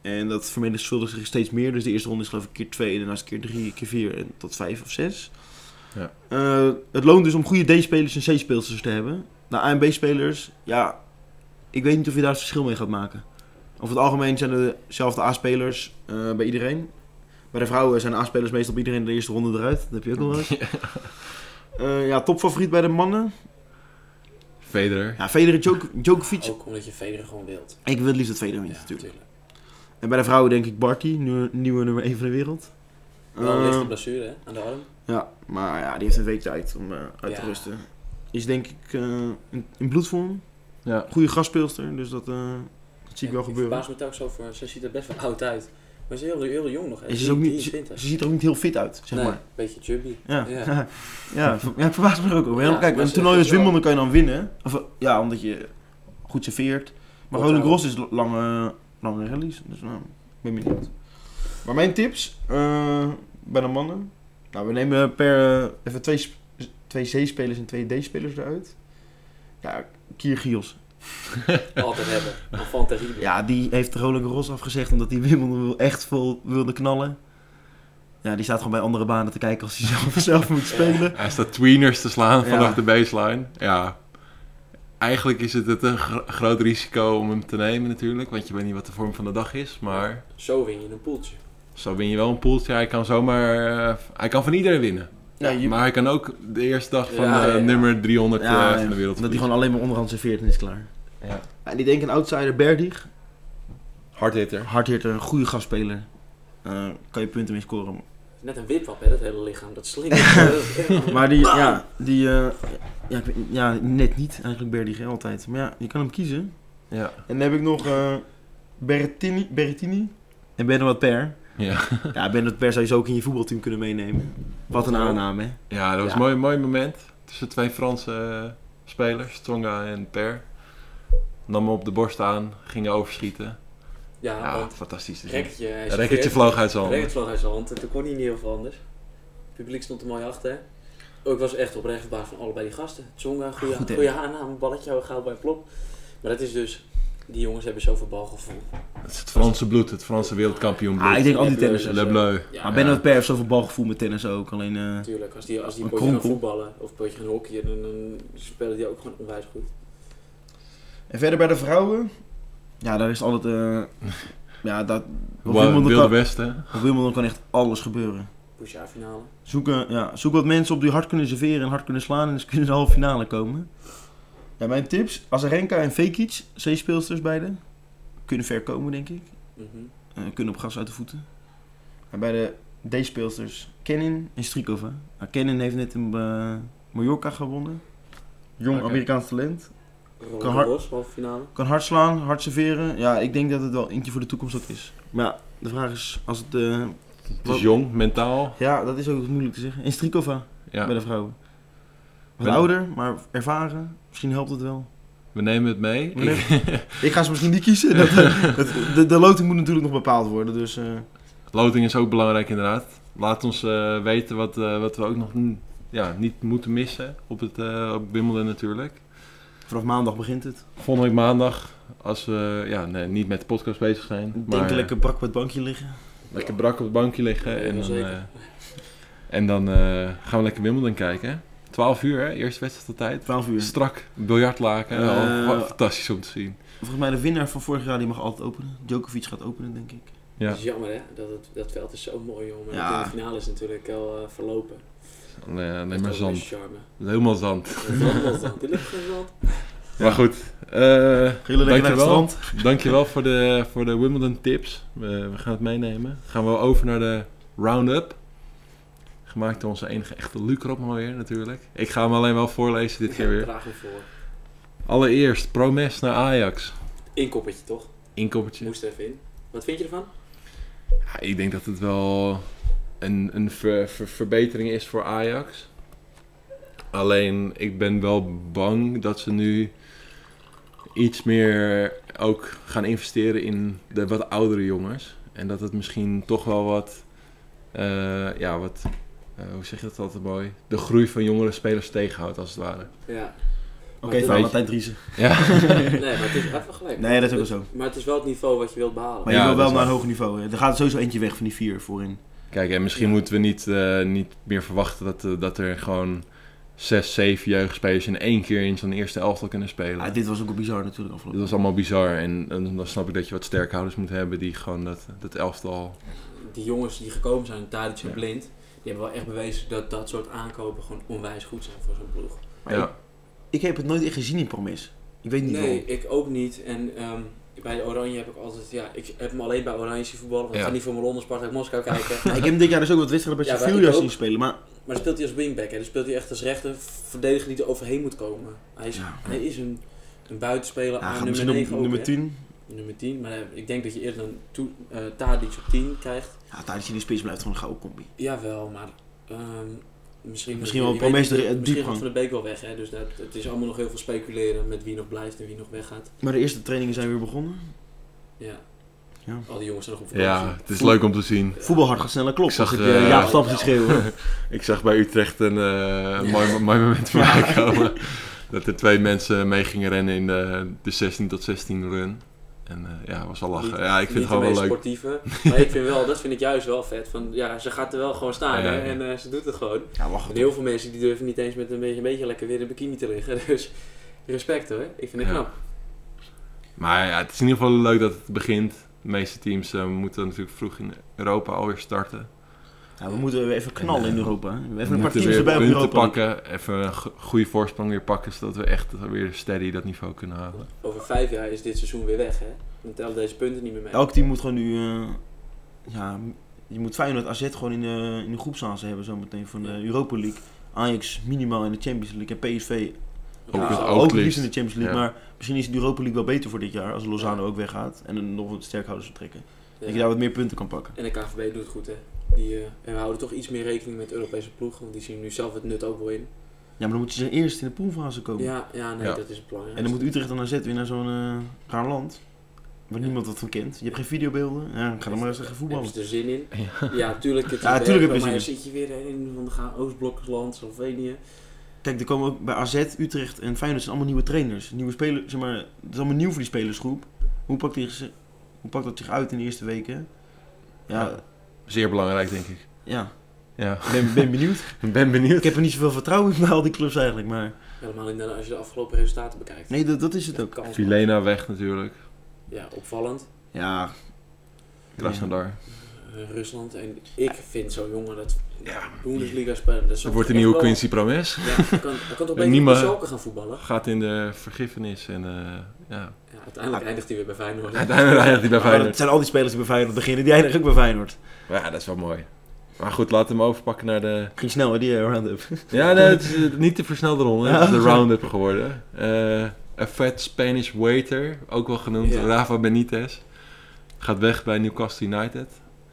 F: En dat vermenigvuldigt zich steeds meer. Dus de eerste ronde is geloof ik keer 2 en daarna is keer 3, keer 4 en tot 5 of 6.
C: Ja.
F: Het loont dus om goede D-spelers en C-speelsters te hebben. De A- en B-spelers, ja, ik weet niet of je daar het verschil mee gaat maken. Over het algemeen zijn er dezelfde A-spelers bij iedereen. Bij de vrouwen zijn de A-spelers meestal bij iedereen de eerste ronde eruit. Dat heb je ook nog wel eens. Ja, topfavoriet bij de mannen.
C: Federer.
F: Ja, Federer, Djokovic.
E: Ook omdat je Federer gewoon wilt.
F: Ik wil het liefst dat Federer wint
E: Ja,
F: natuurlijk.
E: natuurlijk.
F: En bij de vrouwen denk ik Barty, nieuwe nummer 1 van de wereld.
E: Wel een lichte blessure hè, aan de arm.
F: Ja, maar ja, die heeft een week tijd om uit te
E: Ja.
F: rusten. Is denk ik in bloedvorm.
C: Ja.
F: Goede gastspeelster, dus dat zie ik wel
E: Ik
F: gebeuren.
E: verbaas me telkens over, ze ziet er best wel oud uit. Maar ze is heel jong nog. Hè.
F: En ze ziet er ook niet heel fit uit, zeg
E: Nee,
F: maar.
E: een beetje chubby.
F: Ja,
E: Ja.
F: ja, het verbaast me er ook over.
E: Ja,
F: Kijk,
E: maar
F: een
E: ze-
F: toernooi als
E: ze is wel-
F: Wimbledon kan je dan winnen. Of, ja, omdat je goed serveert. Maar Roland Garros is lange rallies. Dus nou, ik ben benieuwd. Maar mijn tips bij de mannen. Nou, we nemen per even twee C-spelers en 2 D-spelers eruit. Ja, Kyrgios.
E: Altijd hebben. Enfant terrible.
F: Ja, die heeft Roland Garros afgezegd omdat hij Wimbledon echt vol wilde knallen. Ja, die staat gewoon bij andere banen te kijken als hij zelf moet spelen.
C: Hij staat tweeners te slaan vanaf
F: Ja.
C: de baseline. Ja. Eigenlijk is het een groot risico om hem te nemen natuurlijk. Want je weet niet wat de vorm van de dag is. Maar
E: Zo win je een poeltje.
C: zo win je wel een poeltje. Hij kan zomaar... hij kan van iedereen winnen.
F: Ja,
C: Maar hij kan ook de eerste dag van
E: Ja, ja.
C: nummer 300 van de wereld
F: dat hij gewoon alleen maar onderhand serveert en is klaar.
C: Ja.
F: Ja, die denk een outsider, Berdig.
C: Hardhitter.
F: Hardhitter, een goede gastspeler. Kan je punten mee scoren.
E: Net een wipwap hè, dat hele lichaam. Dat slingert.
F: Maar ja, net niet eigenlijk Berdig, hè, altijd. Maar ja, je kan hem kiezen.
C: Ja.
F: En dan heb ik nog Berrettini en Benoit Per.
C: Ja.
F: Ja, Benoit Per zou je zo ook in je voetbalteam kunnen meenemen. Wat een aanname, hè.
C: Ja, dat was
E: Ja.
C: een mooi moment. Tussen 2 Franse spelers, Tsonga en Per. Nam hem op de borst aan, gingen overschieten.
E: Ja,
C: Ja,
E: want
C: fantastisch te zien.
E: rekkertje, hij
C: Een rekkertje
E: serveert.
C: vloog uit zijn
E: Een
C: handen.
E: rekkertje vloog uit zijn hand. En toen kon hij niet heel veel anders. Het publiek stond er mooi achter. Oh, ik was echt oprecht verbaasd van allebei die gasten. Tsonga,
F: Goed, hè?
E: goede aanname, balletje gehaald bij een plop. Maar dat is dus, die jongens hebben zoveel balgevoel.
C: Het is het Franse bloed, het Franse wereldkampioen bloed.
F: Ah, ik denk al die
E: Le Bleu
F: tennissers.
E: is,
C: Le Bleu.
E: Ja,
F: Maar Benoit Per heeft zoveel balgevoel met tennis ook. Alleen,
E: natuurlijk. Als die
F: Een
E: een potje gaan
F: kronkel.
E: voetballen of een potje gaan hockeyen, dan spelen die ook gewoon onwijs goed.
F: En verder bij de vrouwen. Ja, daar is altijd... ja, dat... Op
C: Wilde
F: Wimbledon,
C: Westen.
F: op Wimbledon kan echt alles gebeuren.
E: Poesjaarfinale.
F: Zoek wat mensen op die hard kunnen serveren en hard kunnen slaan en ze kunnen de halve finale komen. Ja, mijn tips. Azarenka en Vekic, C-speelsters beide. Kunnen ver komen, denk ik.
E: Mhm.
F: Kunnen op gas uit de voeten. En bij de D-speelsters Kenin en Strikova. Nou, Kenin heeft net in Mallorca gewonnen. Jong
C: Oké.
F: Amerikaans talent.
E: Roland
F: Kan hard-
E: Garros, halve finale.
F: Kan hard slaan, hard serveren. Ja, ik denk dat het wel eentje voor de toekomst ook is. Maar ja, de vraag is als het...
C: Het is jong, mentaal.
F: ja, dat is ook moeilijk te zeggen. En Strikova bij
C: Ja.
F: de vrouwen. Wat
C: Ben-
F: ouder, maar ervaren. Misschien helpt het wel.
C: We nemen het mee.
F: We nemen- Ik ga ze misschien niet kiezen. De loting moet natuurlijk nog bepaald worden. Dus
C: Loting is ook belangrijk inderdaad. Laat ons weten wat we ook nog niet moeten missen op op Wimbledon natuurlijk.
F: vanaf maandag begint het.
C: Volgende week maandag, als we niet met de podcast bezig zijn.
F: Ik denk lekker brak op het bankje liggen.
C: lekker brak op het bankje liggen.
E: Ja,
C: En dan,
E: zeker.
C: en dan gaan we lekker Wimbledon kijken. 12 uur hè, eerste wedstrijd altijd.
F: 12 uur.
C: Strak, biljartlaken. Wat fantastisch om te zien.
F: Volgens mij de winnaar van vorig jaar die mag altijd openen. Djokovic gaat openen, denk ik.
C: Ja.
E: Dat is jammer hè, dat veld is zo mooi jongen.
F: Ja.
E: Ja. De finale is natuurlijk al verlopen.
C: Alleen maar
E: Dat is ook
C: zand.
E: een charme.
C: Helemaal zand.
E: Zand. Dit ligt geen zand.
C: Maar goed.
F: Gaan jullie lekker naar het strand?
C: Dankjewel voor de Wimbledon tips. We gaan het meenemen. Gaan we over naar de round-up. Gemaakt door onze enige echte Luc Ropman natuurlijk. Ik ga hem alleen wel voorlezen dit keer weer.
E: Draag hem voor.
C: Allereerst, Promes naar Ajax.
E: Inkoppertje toch?
C: Inkoppertje.
E: Moest er even in. Wat vind je ervan?
C: Ja, ik denk dat het wel een verbetering is voor Ajax. Alleen, ik ben wel bang dat ze nu iets meer ook gaan investeren in de wat oudere jongens. En dat het misschien toch wel wat hoe zeg je dat altijd mooi? De groei van jongere spelers tegenhoudt als het ware.
E: Ja.
F: Oké, Valentijn Driessen.
C: Ja.
E: Nee, maar het is even gelijk.
F: Nee, dat is ook zo.
E: Maar het is wel het niveau wat je wilt behalen.
F: Maar
C: Ja,
F: je wil
C: dat
F: wel
C: is
F: naar een
C: waar.
F: hoger niveau. Hè. Er gaat sowieso eentje weg van die 4 voorin.
C: Kijk, en misschien moeten we niet meer verwachten dat er gewoon 6, 7 jeugdspelers in 1 keer in zo'n eerste elftal kunnen spelen.
F: Ja, dit was ook wel bizar natuurlijk
C: Dit
F: afgelopen.
C: was allemaal bizar en dan snap ik dat je wat sterkhouders moet hebben die gewoon dat elftal...
E: Die jongens die gekomen zijn, Tadic en Blind, die hebben wel echt bewezen dat soort aankopen gewoon onwijs goed zijn voor zo'n ploeg.
F: Maar
C: Ja.
F: ik heb het nooit echt gezien in Promes. Ik weet niet
E: Nee,
F: waarom.
E: ik ook niet. En bij Oranje heb ik altijd, ik heb hem alleen bij Oranje zien voetballen. Want ik ga niet voor mijn Londen Spartak Moskou kijken.
F: Ja, ik heb hem dit jaar dus ook wat wedstrijden bij
E: Ja, maar
F: Sevilla
E: ik ook.
F: zien spelen. Maar
E: Maar dan speelt hij als wingback. Hè. Dan speelt hij echt als rechter verdediger die er overheen moet komen. Hij is een buitenspeler
F: ja,
E: aan
F: gaat
E: nummer
F: misschien
E: 9
F: op
E: ook,
F: nummer
E: hè.
F: 10.
E: Nummer 10. Maar ik denk dat je eerder dan Tadic op 10 krijgt.
F: Ja, tijdens in de spits blijft gewoon een gouden combi.
E: Jawel, maar misschien
F: wel
E: je
F: Promes
E: weet niet,
F: de
E: misschien
F: diepgang.
E: gaat Van de Beek wel weg. Hè. Dus het is allemaal nog heel veel speculeren met wie nog blijft en wie nog weggaat.
F: Maar de eerste trainingen zijn weer begonnen.
E: Ja.
F: Ja.
E: Al die jongens zijn nog op vakantie.
C: Ja, het is leuk om te zien.
F: Voetbalhard gaat sneller kloppen.
C: Ik zag,
F: Als ik Jaap Stam zie schreeuwen.
C: Ik zag bij Utrecht een mooi moment voorbij komen. Dat er 2 mensen mee gingen rennen in de 16 tot 16 run. En was wel lachen. Ja, ik vind het gewoon wel leuk.
E: Sportieve, maar ik vind wel, dat vind ik juist wel vet. Van, ja, ze gaat er wel gewoon staan
C: Ja,
E: hè,
C: ja.
E: en ze doet het gewoon.
F: Ja, wacht.
E: En heel veel mensen die durven niet eens met een beetje lekker weer in bikini te liggen. Dus respect hoor, ik vind het
C: Ja.
E: knap.
C: Maar ja, het is in ieder geval leuk dat het begint. De meeste teams moeten natuurlijk vroeg in Europa alweer starten.
F: Ja, we moeten even knallen in Europa. Hè.
C: We
F: Even een paar
C: moeten
F: teams
C: weer
F: erbij op
C: punten
F: Europa.
C: pakken. Even een goede voorsprong weer pakken. Zodat we echt weer steady dat niveau kunnen halen.
E: Over 5 jaar is dit seizoen weer weg hè. Dan tellen deze punten niet meer mee.
F: Elk team moet gewoon nu... je moet Feyenoord AZ gewoon in de groepsfase hebben zometeen van de Europa League. Ajax minimaal in de Champions League en PSV ook
C: het
F: liefst
C: liefst.
F: in de Champions League.
C: Ja.
F: Maar misschien is de Europa League wel beter voor dit jaar als Lozano ook weggaat en dan nog wat sterkhouders vertrekken.
E: Ja.
F: Dat je daar wat meer punten kan pakken.
E: En de KNVB doet het goed hè. En we houden toch iets meer rekening met de Europese ploeg. Want die zien nu zelf het nut ook wel in.
F: Ja, maar dan moeten ze eerst in de poolfase komen.
E: Ja, nee,
C: Ja.
E: dat is het belangrijk.
F: En dan moet Utrecht dan AZ weer naar zo'n raar land. Waar niemand wat van kent. Je hebt geen videobeelden. Ja, ga dan maar eens gaan voetballen.
E: Hebben ze er zin in? Ja, tuurlijk. Het is
F: Ja, tuurlijk
E: werk,
F: heb je
E: maar
F: zin
E: zit je weer in van de Oostblokland, Slovenië.
F: Kijk, er komen ook bij AZ, Utrecht en Feyenoord zijn allemaal nieuwe trainers. Nieuwe spelers, zeg maar, het is allemaal nieuw voor die spelersgroep. Hoe pakt dat zich uit in de eerste weken? Ja,
C: Zeer belangrijk, denk ik.
F: ja.
C: Ja.
F: Ben benieuwd.
C: Ik ben benieuwd.
F: Ik heb er niet zoveel vertrouwen in bij al die clubs eigenlijk, maar...
E: Helemaal niet als je de afgelopen resultaten bekijkt.
F: Nee, dat is het ook.
E: Kansloos.
C: Filena weg natuurlijk.
E: Ja, opvallend.
F: Ja,
C: Krasnodar.
E: Rusland. En ik vind zo'n jongen dat
C: Ja.
E: Bundesliga spelen. Dat
C: Er wordt een nieuwe Quincy Promes.
E: Ja, hij kan toch beter
C: Niemand-
E: op de Schalke gaan voetballen.
C: Gaat in de vergiffenis. En
E: Ja, uiteindelijk eindigt hij weer bij Feyenoord.
C: uiteindelijk eindigt hij bij
F: maar
C: Feyenoord.
F: het zijn al die spelers die bij Feyenoord beginnen, die eindigen ook bij Feyenoord.
C: Maar ja, dat is wel mooi. Maar goed, laten we hem overpakken naar de...
F: Ging snel hè, die round-up.
C: Ja, nee, het is niet de versnelde ronde. Het is de
F: Ja.
C: round-up geworden. A fat Spanish waiter, ook wel genoemd.
E: Ja.
C: Rafa Benitez. Gaat weg bij Newcastle United.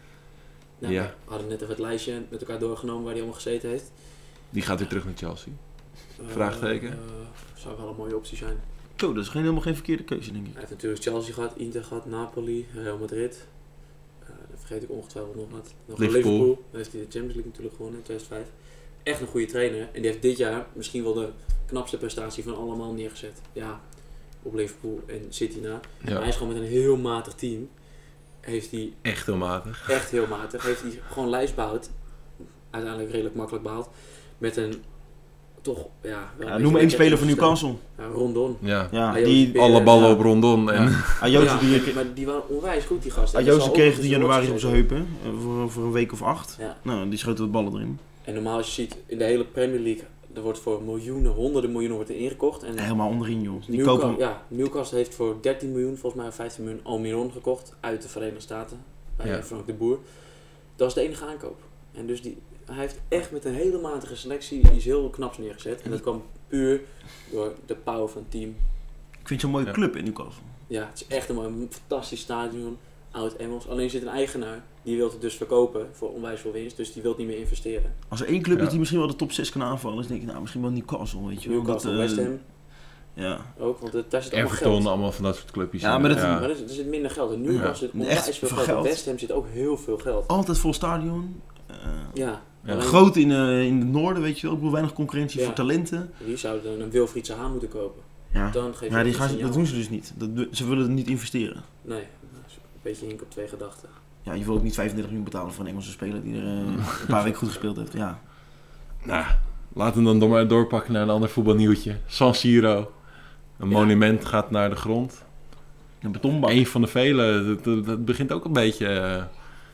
E: Nou,
C: Ja.
E: We hadden net even het lijstje met elkaar doorgenomen waar hij allemaal gezeten heeft.
C: Die gaat weer terug naar Chelsea. Vraagteken?
E: Zou wel een mooie optie zijn.
F: Zo, dat is helemaal geen verkeerde keuze, denk ik.
E: Hij heeft natuurlijk Chelsea gehad, Inter gehad, Napoli, Real Madrid. Dan vergeet ik ongetwijfeld nog wat. Nog
C: Liverpool.
E: Liverpool. Dan heeft hij de Champions League natuurlijk gewonnen in 2005. Echt een goede trainer. En die heeft dit jaar misschien wel de knapste prestatie van allemaal neergezet. Ja, op Liverpool en City na. Maar hij
C: Ja,
E: is gewoon met een heel matig team. Heeft hij
C: echt heel matig.
E: echt heel matig. Heeft hij gewoon lijst behoud. Uiteindelijk redelijk makkelijk behaald. Met een toch, ja... wel een
F: Ja,
E: beetje
F: noem maar één
E: lekker
F: speler van
E: ingesteld.
F: Newcastle.
E: Ja, Rondon.
C: Ja,
F: Ja,
E: Ayoze
F: die...
E: Perez.
C: alle ballen
E: Ja.
C: op Rondon. En
F: Ayoze
E: Ja,
F: die...
E: maar die waren onwijs goed, die gasten. En
F: Ayoze
E: dat zal
F: kreeg
E: ook
F: in
E: nog eens
F: januari op
E: worden
F: zijn heupen. Voor een week of 8.
E: Ja.
F: Nou, die schoten wat ballen erin.
E: En normaal als je ziet, in de hele Premier League, er wordt voor miljoenen, honderden miljoenen wordt er ingekocht. En
F: Helemaal onderin, joh. Die
E: Newcastle,
F: kopen...
E: ja, Newcastle heeft voor 13 miljoen, volgens mij 15 miljoen, Almiron gekocht uit de Verenigde Staten. Bij
C: Ja.
E: Frank de Boer. Dat was de enige aankoop. En dus hij heeft echt met een hele matige selectie iets heel knaps neergezet. En dat kwam puur door de power van het team.
F: Ik vind het zo'n mooie
C: Ja.
F: club in Newcastle.
E: Ja, het is echt een fantastisch stadion. Oud Engels. Alleen zit een eigenaar, die wil het dus verkopen voor onwijs veel winst. Dus die wil niet meer investeren.
F: Als er één club
C: Ja.
F: is die misschien wel de top 6 kan aanvallen, dan denk ik, nou, misschien wel Newcastle, weet je wel.
E: Newcastle,
F: Dat,
E: West Ham
F: Ja.
E: ook, want daar zit allemaal
C: Everton,
E: geld.
C: allemaal van dat soort clubjes.
F: Ja, maar dat-
E: Maar er zit minder geld. In Newcastle zit onwijs
F: Echt
E: veel
F: veel
E: geld. In
F: geld.
E: West Ham zit ook heel veel geld.
F: Altijd vol stadion.
E: Ja,
C: Ja.
F: Groot in het noorden, weet je wel. Ik bedoel, weinig concurrentie voor talenten.
E: Die zouden een Wilfried Zaha moeten kopen.
F: Ja,
E: Dan geef je
F: maar
E: een signaal.
F: dat doen ze dus niet. Ze willen het niet investeren.
E: Nee, dat is een beetje hink op twee gedachten.
F: Ja, je wil ook niet 35 miljoen betalen voor een Engelse speler die er een paar weken goed gespeeld heeft. Ja.
C: Nou, laten we dan maar doorpakken naar een ander voetbalnieuwtje. San Siro. Een monument gaat naar de grond.
F: Een betonbak.
C: Eén van de vele. Het begint ook een beetje...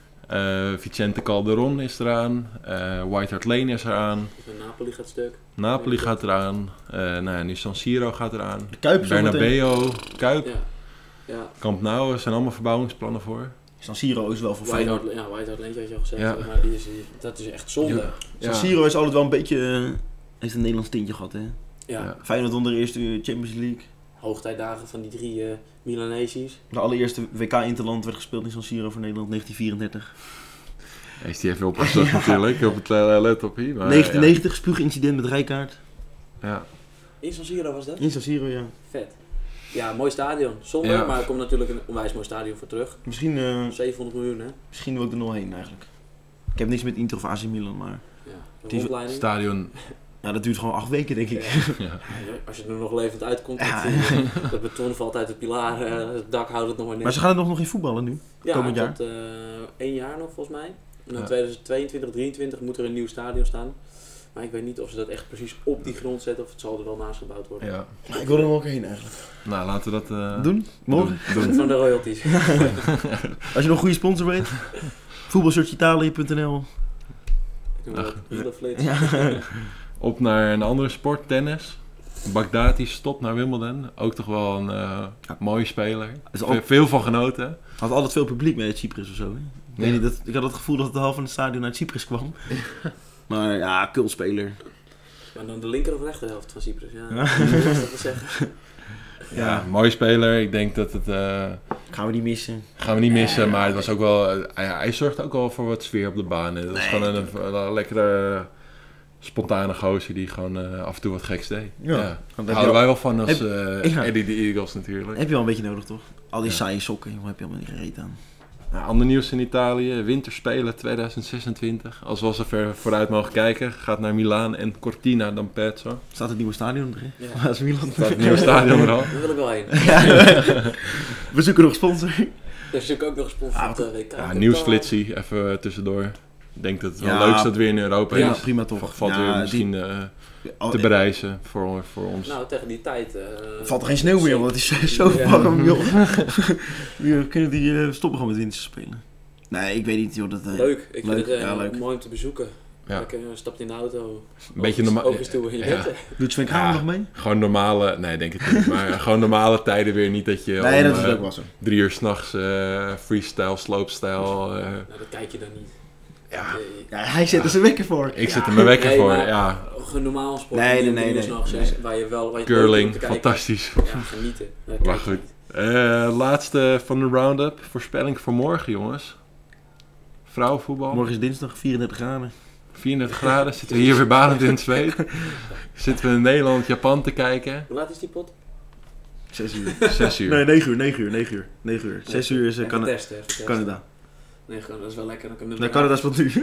C: Vicente Calderon is eraan. White Hart Lane is eraan.
E: Napoli gaat stuk.
C: Napoli gaat eraan. Nu San Siro gaat eraan.
F: De Kuip is
C: Bernabeu, Kuip,
E: Ja.
C: Camp Nou. Er zijn allemaal verbouwingsplannen voor.
F: San Siro is wel voor
E: White
F: Feyenoord.
E: Hart Lane had je al gezegd.
C: Ja.
E: Maar dat is echt zonde.
C: Ja.
F: San Siro is altijd wel een beetje... heeft een Nederlands tintje gehad, hè.
E: Ja.
F: Feyenoord won de eerste Champions League.
E: Hoogtijdagen van die 3 Milanesi's.
F: De allereerste WK-interland werd gespeeld in San Siro voor Nederland, 1934.
C: Is die even opgezocht natuurlijk, op het laptop hier. Maar,
F: 1990, spuugincident met Rijkaard.
C: Ja.
E: In San Siro was dat?
F: In San Siro, ja.
E: Vet. Ja, mooi stadion. Zonde,
C: Ja.
E: maar er komt natuurlijk een onwijs mooi stadion voor terug.
F: Misschien
E: 700 miljoen, hè?
F: wil ik er nog heen eigenlijk. Ik heb niks met Inter of AC Milan, maar...
E: Ja.
F: Het is-
E: Opleiding.
C: Stadion.
F: Ja, dat duurt gewoon 8 weken, denk ik.
C: Ja.
E: Ja, als je er nog levend uitkomt,
F: Ja.
E: dat beton valt uit de pilaar, het dak houdt het nog maar net.
F: Maar ze gaan er nog in voetballen nu, komend jaar.
E: tot 1 jaar nog volgens mij. En dan
C: Ja.
E: 2022, 2023 moet er een nieuw stadion staan. Maar ik weet niet of ze dat echt precies op die grond zetten of het zal er wel naast gebouwd worden.
C: Ja.
F: Ik wil er nog heen eigenlijk.
C: Nou, laten we dat
F: Doen? Morgen?
C: doen.
E: Van de royalties.
F: Als je nog een goede sponsor weet. Voetbalshirtitalië.nl.
E: Ik doe wel hele flits.
F: Ja.
C: Op naar een andere sport, tennis. Baghdadi stopt naar Wimbledon. Ook toch wel een mooie speler.
F: Is ook-
C: Veel van genoten.
F: Had altijd veel publiek mee uit Cyprus of zo. Hè? Ik weet niet, ik had het gevoel dat de helft van het stadion uit Cyprus kwam. Maar ja, cultspeler.
E: Maar dan de linker of rechterhelft van Cyprus. Ja,
F: Ja.
E: dat is lastig te zeggen.
C: Ja, mooie speler. Ik denk dat het...
F: Gaan we niet missen.
C: gaan we niet missen, maar het was ook wel... hij zorgt ook wel voor wat sfeer op de baan. Het was gewoon een lekkere... spontane gozer die gewoon af en toe wat geks deed.
F: Ja.
C: Ja.
F: Want
C: Daar
F: heb je
C: houden
F: al-
C: wij wel van als
F: ja.
C: Eddie de Eagles natuurlijk.
F: Heb je wel een beetje nodig, toch? Al die
C: Ja.
F: saaie sokken, jongen, heb je allemaal niet gereed aan.
C: Nou, ander nieuws in Italië. Winterspelen 2026. Als we al zo ver vooruit mogen kijken. Gaat naar Milaan en Cortina d'Ampezzo.
F: Staat het nieuwe stadion erin?
E: Ja.
F: Dat is Milan.
C: Staat het nieuwe stadion er al.
E: Daar wil ik wel heen.
F: We zoeken nog sponsor.
E: Daar zit ook nog gesponsord op de WK.
C: Ja, nieuwsflitsie, even tussendoor. Ik denk dat het wel
F: Ja.
C: leuk is dat het weer in Europa
F: Prima,
C: is.
F: prima toch.
C: Valt
F: Ja,
C: weer misschien te bereizen voor ons.
E: Nou, tegen die tijd...
F: Valt er geen sneeuw meer, want het is zo
E: Ja.
F: warm, joh. We kunnen die stoppen gewoon met winterse spelen. Nee, ik weet niet, joh. Dat,
E: Leuk. Ik
F: leuk,
E: vind het
F: ja, leuk.
E: mooi om te bezoeken.
C: Ja.
E: Lekker stapt in de auto.
C: Een beetje normaal.
E: Oogjes toe in je bed.
F: Doet Sven Kramer nog mee?
C: Gewoon normale, nee denk het niet, maar gewoon normale tijden weer. Niet dat je
F: Nee,
C: om,
F: dat is ook wel zo.
C: 3 uur s'nachts freestyle, slopestyle.
E: Nou, dat kijk je dan niet.
C: Ja,
F: Ja, hij zet er zijn wekker voor.
C: ik zet er mijn wekker voor.
E: maar
C: Ja,
E: Een normaal sport.
F: Nee,
E: die
F: nee,
E: om 3 uur
F: nee,
E: s'nachts
F: nee.
E: is, waar je wel... Waar je
C: curling,
E: te kijken.
C: fantastisch.
E: Ja, genieten. Dat
C: Maar
E: kijk je
C: goed.
E: niet.
C: Laatste van de roundup. Voorspelling voor morgen, jongens. Vrouwenvoetbal.
F: Morgen is dinsdag, 34 graden.
C: 34 graden. Zitten we hier weer badend in het zweet. Zitten we in Nederland, Japan te kijken.
E: Hoe laat is die pot?
F: 6 uur.
C: 6 uur.
F: Nee, 9 uur. 6 uur is
E: Even testen, even testen.
F: Canada.
E: Nee, gewoon, dat is wel lekker. Dan kunnen we
F: Nee, Canada speelt nu.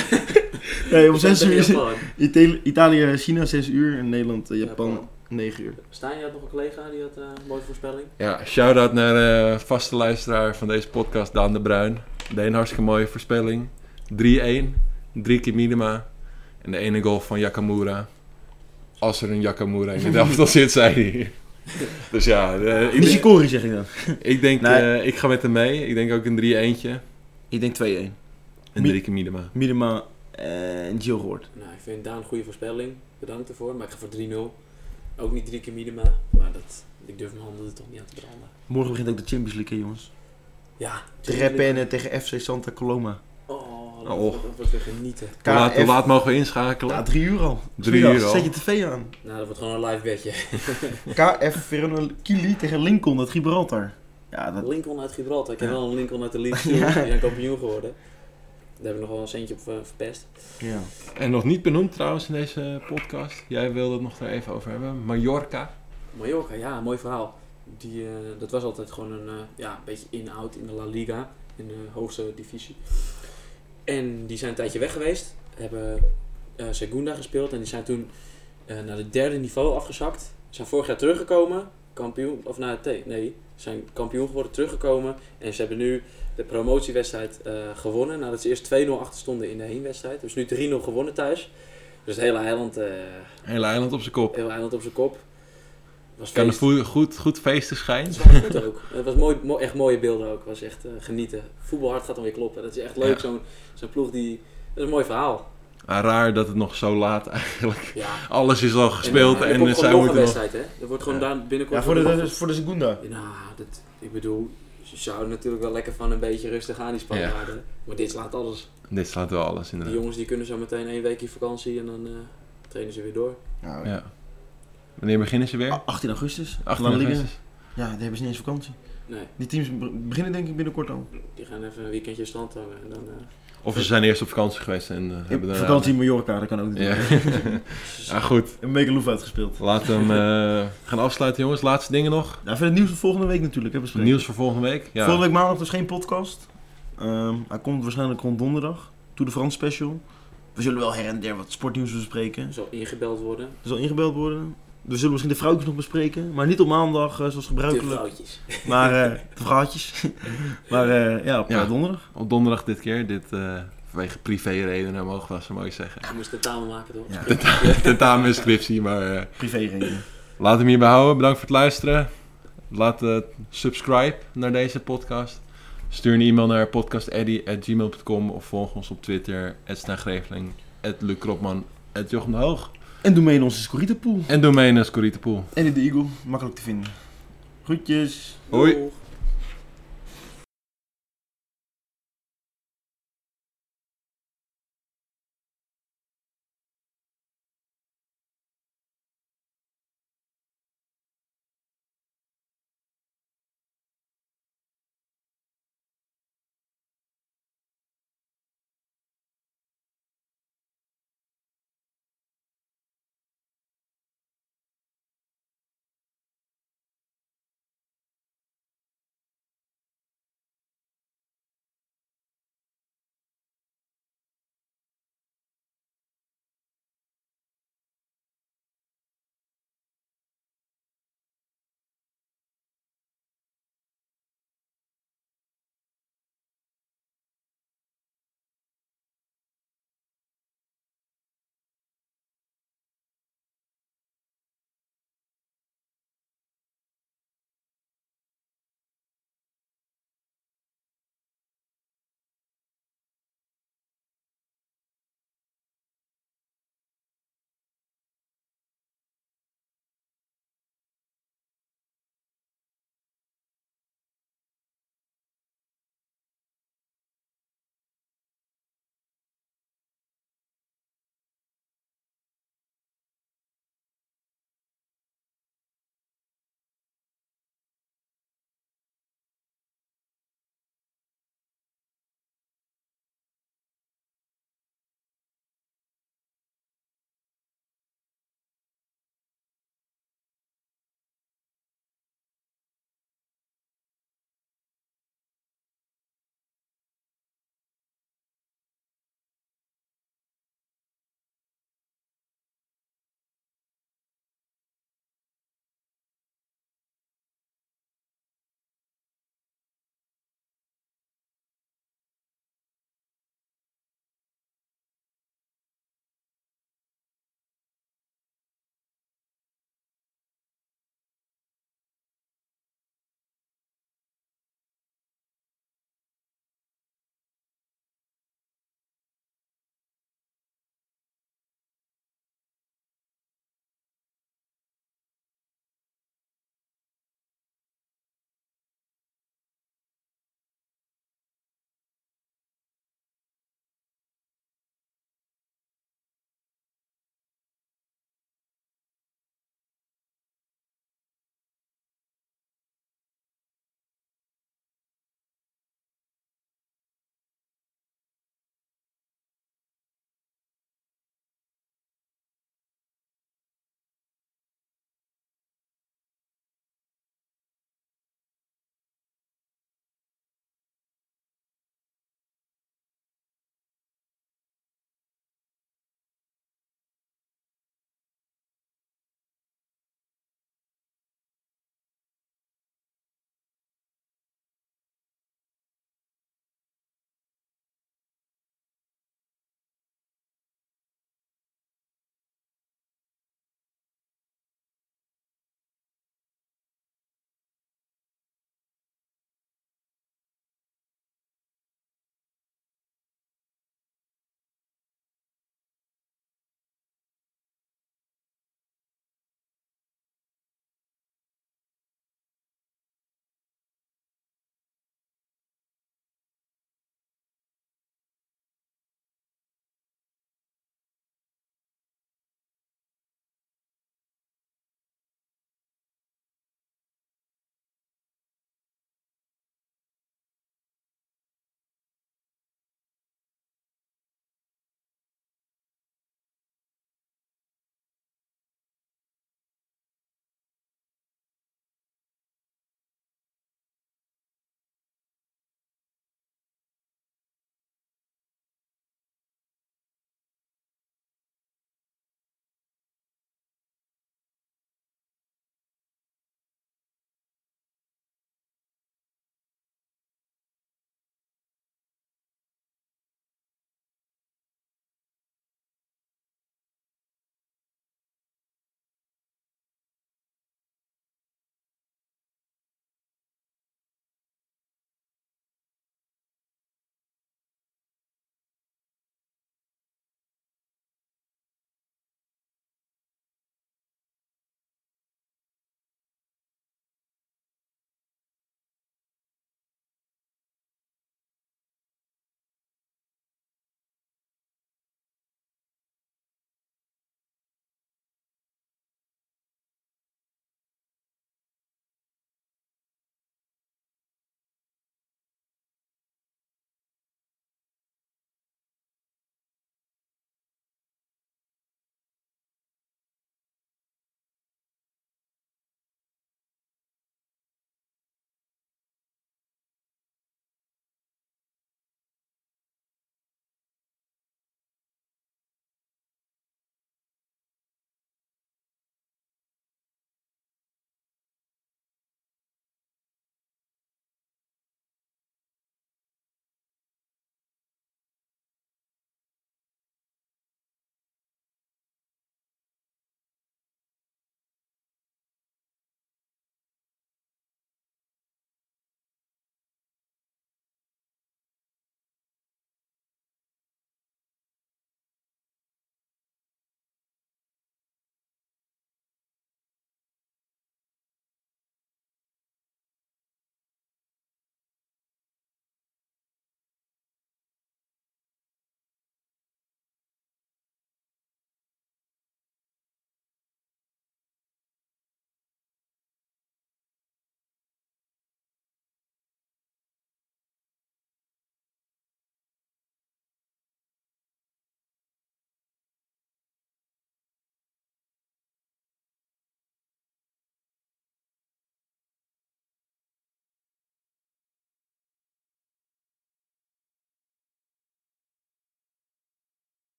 F: Nee, om 6 uur is
E: Japan.
F: Italië, China 6 uur en Nederland, Japan
E: Japan.
F: 9 uur.
E: Stijn, je had nog een collega die had een mooie voorspelling.
C: Ja, shout-out naar de vaste luisteraar van deze podcast, Daan de Bruin. Deed een hartstikke mooie voorspelling. 3-1, 3 keer Minima en de ene goal van Yakamura. Als er een Yakamura in de elftal zit, zei hij. Dus ja,
F: Nishikori zeg ik dan.
C: ik denk,
F: Nee.
C: ik ga met hem mee. Ik denk ook een 3-1'tje
F: Ik denk 2-1.
C: en 3 keer Minima.
F: Minima en Gio gehoord.
E: Nou, ik vind Daan een goede voorspelling. Bedankt ervoor. Maar ik ga voor 3-0. Ook niet 3 keer minima. Maar ik durf mijn handen er toch niet aan te branden.
F: Morgen begint ook de Champions League, hè, jongens.
E: Ja.
F: Tegen Repen tegen FC Santa Coloma.
E: Dat wordt weer genieten.
C: Hoe laat mogen we inschakelen?
F: Ja, 3 uur al.
C: 3 uur al.
F: Zet je tv aan.
E: Nou, dat wordt gewoon een live bedje.
F: KF Verona Kili tegen Lincoln uit Gibraltar. Ja, dat...
E: Lincoln uit Gibraltar. Ik heb
F: Ja.
E: wel een Lincoln uit de League.
F: Ja.
E: Die zijn kampioen geworden. Daar hebben we nog wel een centje op verpest.
F: Ja.
C: En nog niet benoemd trouwens in deze podcast. Jij wilde het nog daar even over hebben. Mallorca.
E: Mallorca, ja, mooi verhaal. Dat was altijd gewoon een beetje in-out in de La Liga. In de hoogste divisie. En die zijn een tijdje weg geweest. hebben Segunda gespeeld en die zijn toen naar het 3e niveau afgezakt. Zijn vorig jaar teruggekomen, kampioen, of zijn kampioen geworden, teruggekomen. En ze hebben nu de promotiewedstrijd gewonnen, nadat ze eerst 2-0 achter stonden in de heenwedstrijd. Dus nu 3-0 gewonnen thuis. Dus het hele eiland...
C: Hele eiland op zijn kop.
E: Heel eiland op zijn kop. Was
C: Kan
E: feest.
C: er goed feesten schijnen.
E: Het was goed ook. Het was mooi, echt mooie beelden ook. Het was echt genieten. Voetbalhart gaat dan weer kloppen. Dat is echt leuk,
C: Ja.
E: zo'n ploeg die... Dat is een mooi verhaal.
C: Maar raar dat het nog zo laat eigenlijk.
E: Ja.
C: Alles is al gespeeld
E: er
C: en
E: komt
C: zij
E: gewoon nog
C: moeten
E: een
C: nog...
E: wedstrijd, hè. Er wordt gewoon daar binnenkort...
F: Ja, voor de Segunda.
E: Nou, ik bedoel... Je zou natuurlijk wel lekker van een beetje rustig aan die Spanjaarden. Maar dit slaat alles.
C: Dit slaat wel alles
E: Die
C: inderdaad.
E: jongens die kunnen zo meteen 1 weekje vakantie en dan trainen ze weer door.
F: Nou,
C: Ja. Wanneer beginnen ze weer?
F: 18 augustus.
C: 18
F: La Liga.
C: augustus.
F: Ja, die hebben ze niet eens vakantie.
E: Nee,
F: Die teams beginnen denk ik binnenkort al.
E: die gaan even een weekendje strand hangen en dan...
C: Of ze zijn eerst op vakantie geweest en hebben daarna...
F: Vakantie in Mallorca, dat kan ook niet.
C: Ja. Ja, goed.
F: Een beetje loef uitgespeeld.
C: Laten we hem gaan afsluiten, jongens. Laatste dingen nog.
F: Nou, verder nieuws van volgende week natuurlijk. Hè, bespreken.
C: Nieuws voor volgende week. Ja.
F: Volgende week maandag dus geen podcast. Hij komt waarschijnlijk rond donderdag. Tour de France special. We zullen wel her en der wat sportnieuws bespreken.
E: Er zal ingebeld worden.
F: Er zal ingebeld worden. We zullen misschien de vrouwtjes nog bespreken. Maar niet op maandag zoals
E: De
F: gebruikelijk.
E: vrouwtjes.
F: Maar de vrouwtjes. Maar ja, op donderdag.
C: Op donderdag dit keer. Dit vanwege privé-redenen mogen we zo mooi zeggen.
E: Je moest tentamen maken, toch?
F: Ja,
C: Tentamen scriptie, maar
F: privé reden.
C: laat hem hierbij houden. Bedankt voor het luisteren. Laat subscribe naar deze podcast. Stuur een e-mail naar podcasteddy@gmail.com of volg ons op Twitter @StanGreveling, @Luc @Jochem de Hoog.
F: En doe mee in onze Scorita-pool.
C: En doe mee in de Scorita Pool.
F: En in de Eagle. Makkelijk te vinden. Groetjes.
C: Hoi.
E: Doeg.